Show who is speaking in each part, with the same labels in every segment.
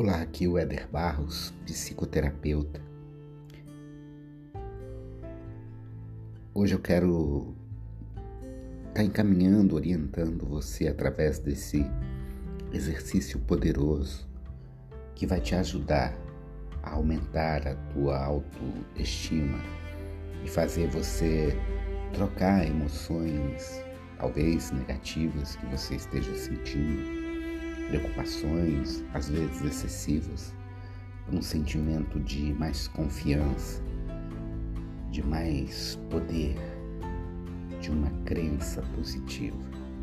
Speaker 1: Olá, aqui é o Éder Barros, psicoterapeuta. Hoje eu quero estar encaminhando, orientando você através desse exercício poderoso que vai te ajudar a aumentar a tua autoestima e fazer você trocar emoções, talvez negativas, que você esteja sentindo, preocupações, às vezes excessivas, por um sentimento de mais confiança, de mais poder, de uma crença positiva.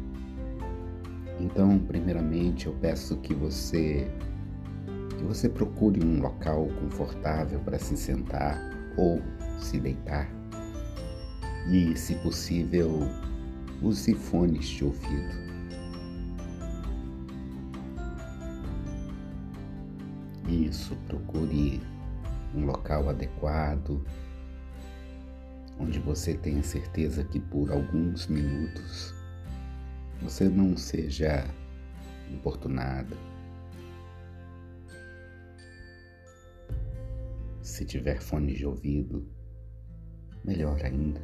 Speaker 1: Então, primeiramente, eu peço que você procure um local confortável para se sentar ou se deitar e, se possível, use fones de ouvido. Isso, procure um local adequado, onde você tenha certeza que por alguns minutos você não seja importunado. Se tiver fone de ouvido, melhor ainda.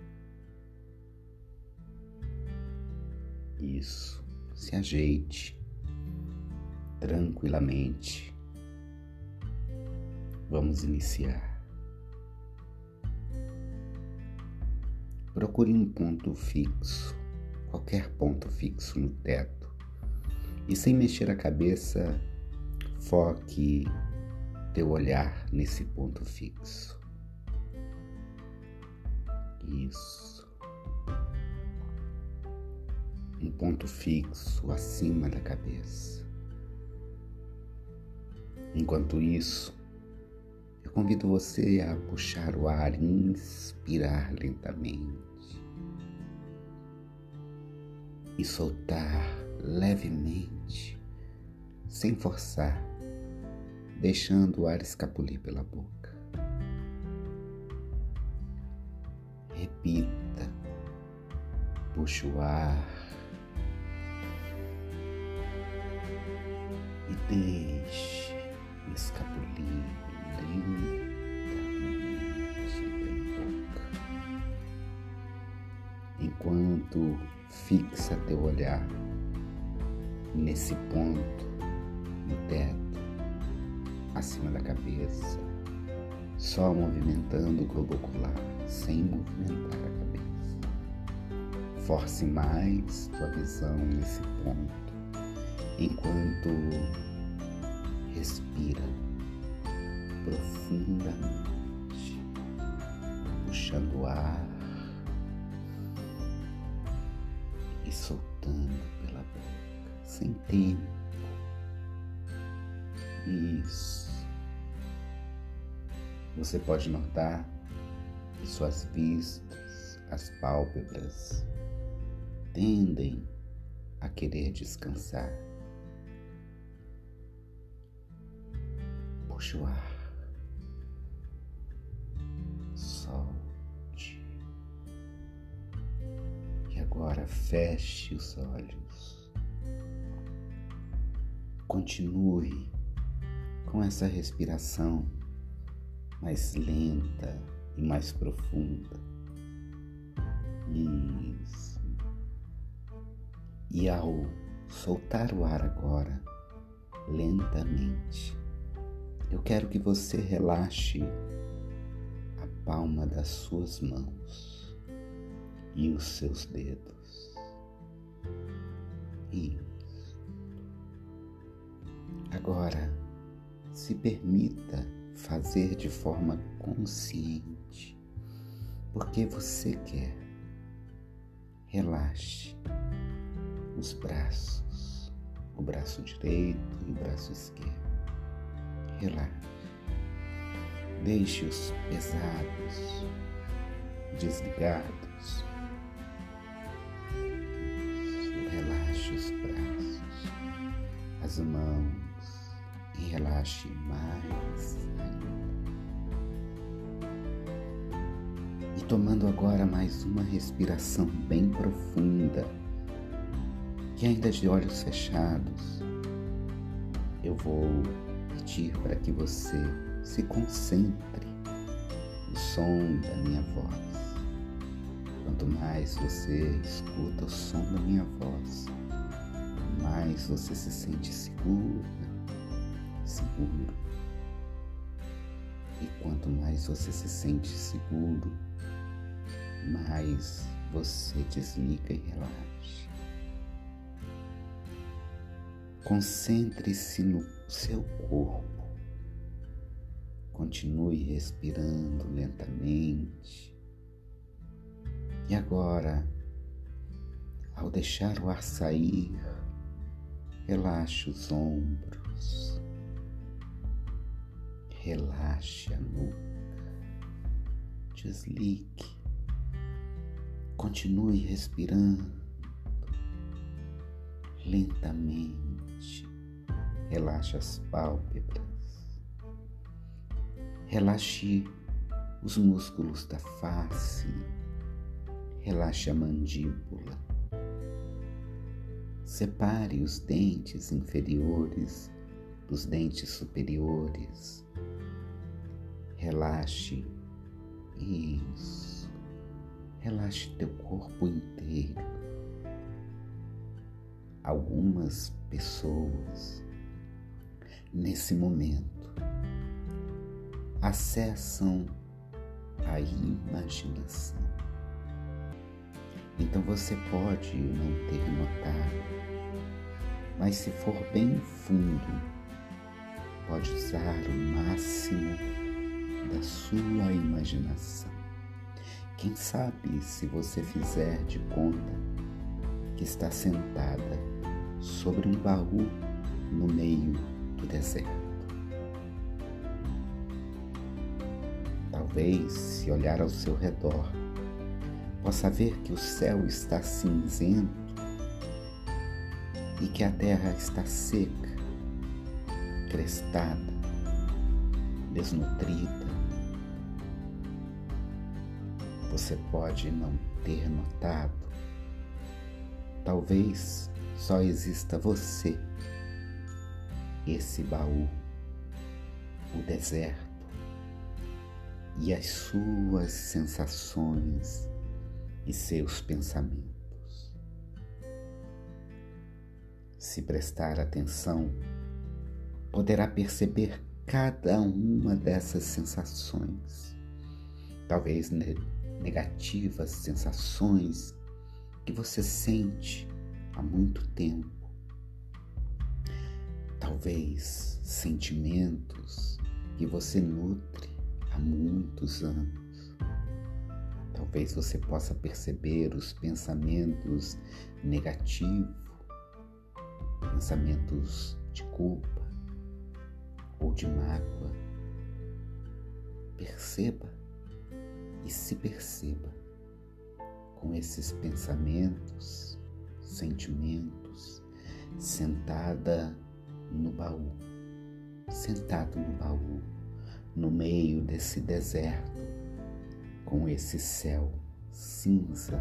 Speaker 1: Isso, se ajeite tranquilamente. Vamos iniciar. Procure um ponto fixo, qualquer ponto fixo no teto, e sem mexer a cabeça, foque teu olhar nesse ponto fixo. Isso. Um ponto fixo acima da cabeça. Enquanto isso, eu convido você a puxar o ar e inspirar lentamente e soltar levemente, sem forçar, deixando o ar escapulir pela boca. Repita, puxe o ar e deixe escapulir lentamente pela boca, enquanto fixa teu olhar nesse ponto no teto, acima da cabeça, só movimentando o globo ocular, sem movimentar a cabeça. Force mais tua visão nesse ponto, enquanto respira profundamente, puxando o ar e soltando pela boca, sem tempo. Isso. Você pode notar que suas vistas, as pálpebras, tendem a querer descansar. Puxe o ar. Solte. E agora feche os olhos. Continue com essa respiração mais lenta e mais profunda. Isso. E ao soltar o ar agora, lentamente, eu quero que você relaxe a palma das suas mãos e os seus dedos. Isso. Agora, se permita fazer de forma consciente, porque você quer. Relaxe os braços, o braço direito e o braço esquerdo. Relaxe. Deixe-os pesados, desligados. Relaxe os braços, as mãos e relaxe mais ainda. E tomando agora mais uma respiração bem profunda, e ainda de olhos fechados, eu vou partir para que você se concentre no som da minha voz. Quanto mais você escuta o som da minha voz, mais você se sente seguro. E quanto mais você se sente seguro, mais você desliga e relaxa. Concentre-se no seu corpo. Continue respirando lentamente. E agora, ao deixar o ar sair, relaxe os ombros, relaxe a nuca, desligue, continue respirando lentamente, relaxe as pálpebras, relaxe os músculos da face, relaxe a mandíbula. Separe os dentes inferiores dos dentes superiores. Relaxe isso. Relaxe teu corpo inteiro. Algumas pessoas, nesse momento, acessam a imaginação. Então você pode não ter notado, mas se for bem fundo, pode usar o máximo da sua imaginação. Quem sabe se você fizer de conta que está sentada sobre um baú no meio do deserto. Talvez, se olhar ao seu redor, possa ver que o céu está cinzento e que a terra está seca, crestada, desnutrida. Você pode não ter notado. Talvez só exista você, esse baú, o deserto e as suas sensações e seus pensamentos. Se prestar atenção, poderá perceber cada uma dessas sensações, talvez negativas sensações que você sente há muito tempo, talvez sentimentos que você nutre há muitos anos. Talvez você possa perceber os pensamentos negativos, pensamentos de culpa ou de mágoa. Perceba e se perceba com esses pensamentos, sentimentos, sentado no baú, no meio desse deserto, com esse céu cinza.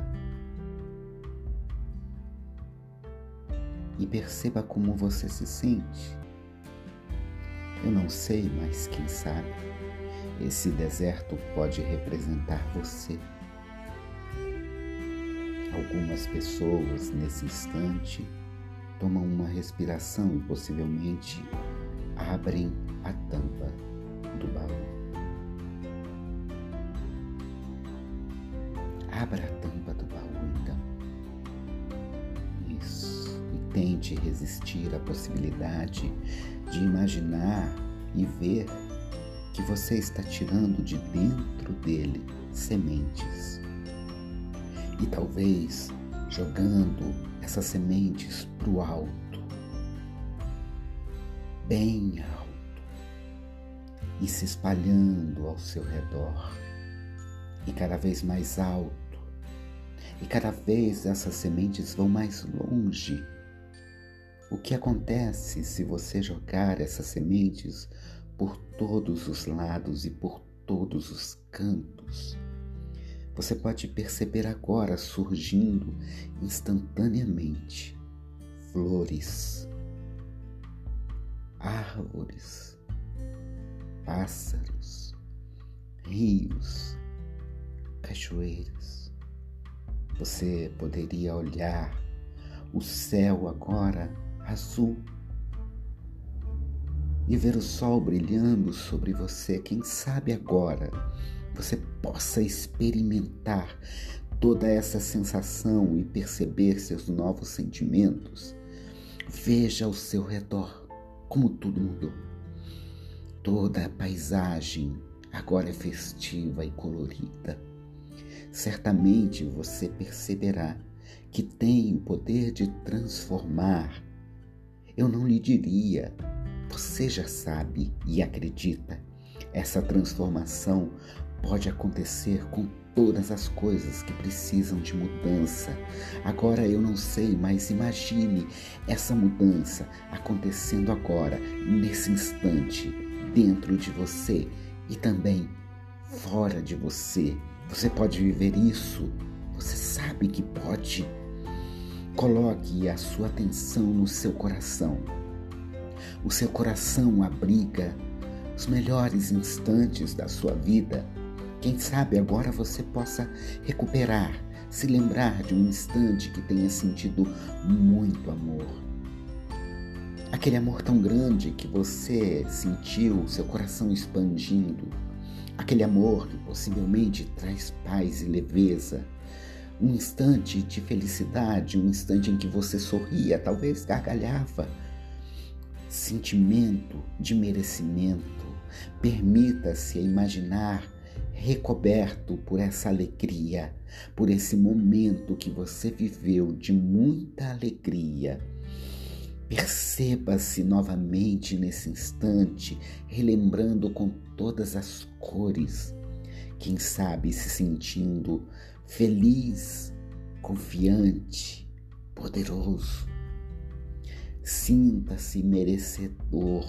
Speaker 1: E perceba como você se sente. Eu não sei, mas quem sabe, esse deserto pode representar você. Algumas pessoas, nesse instante, tomam uma respiração e possivelmente abrem a tampa do baú. Abra a tampa do baú, então. Isso. E tente resistir à possibilidade de imaginar e ver que você está tirando de dentro dele sementes. E talvez jogando essas sementes para o alto, bem alto, e se espalhando ao seu redor, e cada vez mais alto. E cada vez essas sementes vão mais longe. O que acontece se você jogar essas sementes por todos os lados e por todos os cantos? Você pode perceber agora surgindo instantaneamente flores, árvores, pássaros, rios, cachoeiras. Você poderia olhar o céu agora azul e ver o sol brilhando sobre você. Quem sabe agora você possa experimentar toda essa sensação e perceber seus novos sentimentos. Veja ao seu redor como tudo mudou. Toda a paisagem agora é festiva e colorida. Certamente você perceberá que tem o poder de transformar. Eu não lhe diria, você já sabe e acredita. Essa transformação pode acontecer com todas as coisas que precisam de mudança. Agora eu não sei, mas imagine essa mudança acontecendo agora, nesse instante, dentro de você e também fora de você. Você pode viver isso, você sabe que pode. Coloque a sua atenção no seu coração. O seu coração abriga os melhores instantes da sua vida. Quem sabe agora você possa recuperar, se lembrar de um instante que tenha sentido muito amor. Aquele amor tão grande que você sentiu seu coração expandindo. Aquele amor que possivelmente traz paz e leveza. Um instante de felicidade, um instante em que você sorria, talvez gargalhava. Sentimento de merecimento. Permita-se imaginar recoberto por essa alegria, por esse momento que você viveu de muita alegria. Perceba-se novamente nesse instante, relembrando com todas as cores. Quem sabe se sentindo feliz, confiante, poderoso. Sinta-se merecedor.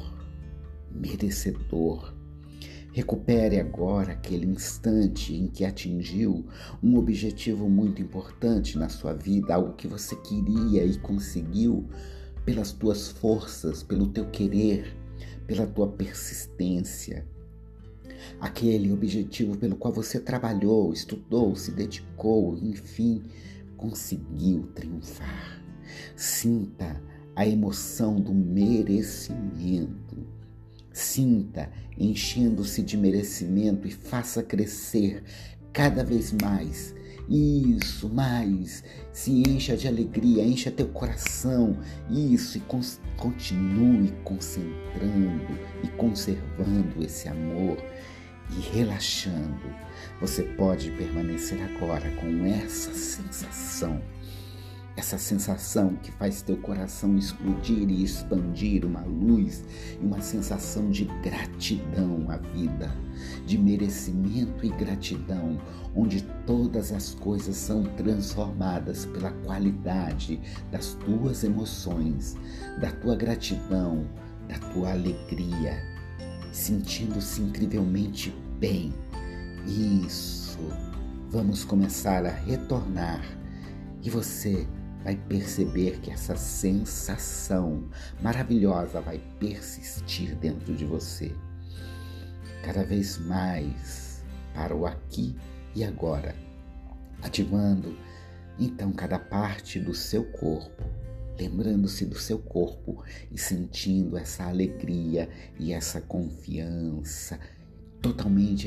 Speaker 1: Recupere agora aquele instante em que atingiu um objetivo muito importante na sua vida, algo que você queria e conseguiu pelas tuas forças, pelo teu querer, pela tua persistência. Aquele objetivo pelo qual você trabalhou, estudou, se dedicou, enfim, conseguiu triunfar. Sinta a emoção do merecimento. Sinta enchendo-se de merecimento e faça crescer cada vez mais. Isso, mais. Se encha de alegria, encha teu coração. Isso, e continue concentrando e conservando esse amor e relaxando. Você pode permanecer agora com essa sensação que faz teu coração explodir e expandir, uma luz e uma sensação de gratidão à vida, de merecimento e gratidão, onde todas as coisas são transformadas pela qualidade das tuas emoções, da tua gratidão, da tua alegria, sentindo-se incrivelmente bem. Isso, vamos começar a retornar e você vai perceber que essa sensação maravilhosa vai persistir dentro de você, cada vez mais para o aqui e agora, ativando então cada parte do seu corpo, lembrando-se do seu corpo e sentindo essa alegria e essa confiança totalmente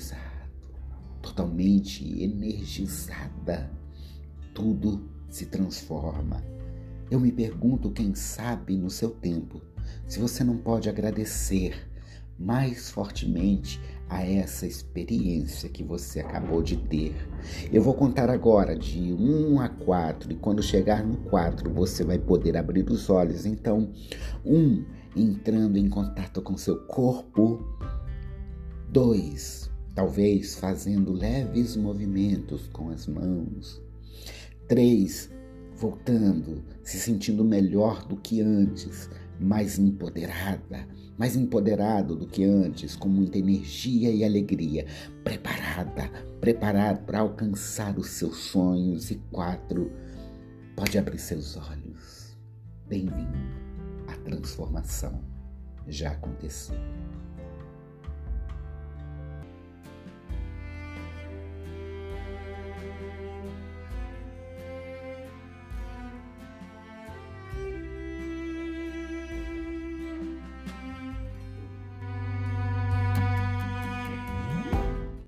Speaker 1: energizada, tudo se transforma. Eu me pergunto, quem sabe no seu tempo, se você não pode agradecer mais fortemente a essa experiência que você acabou de ter. Eu vou contar agora de 1 a 4 e quando chegar no 4 você vai poder abrir os olhos. Então, 1, entrando em contato com seu corpo. 2, talvez fazendo leves movimentos com as mãos. 3, voltando, se sentindo melhor do que antes, mais empoderado do que antes, com muita energia e alegria, preparado para alcançar os seus sonhos. E 4, pode abrir seus olhos. Bem-vindo, a transformação já aconteceu.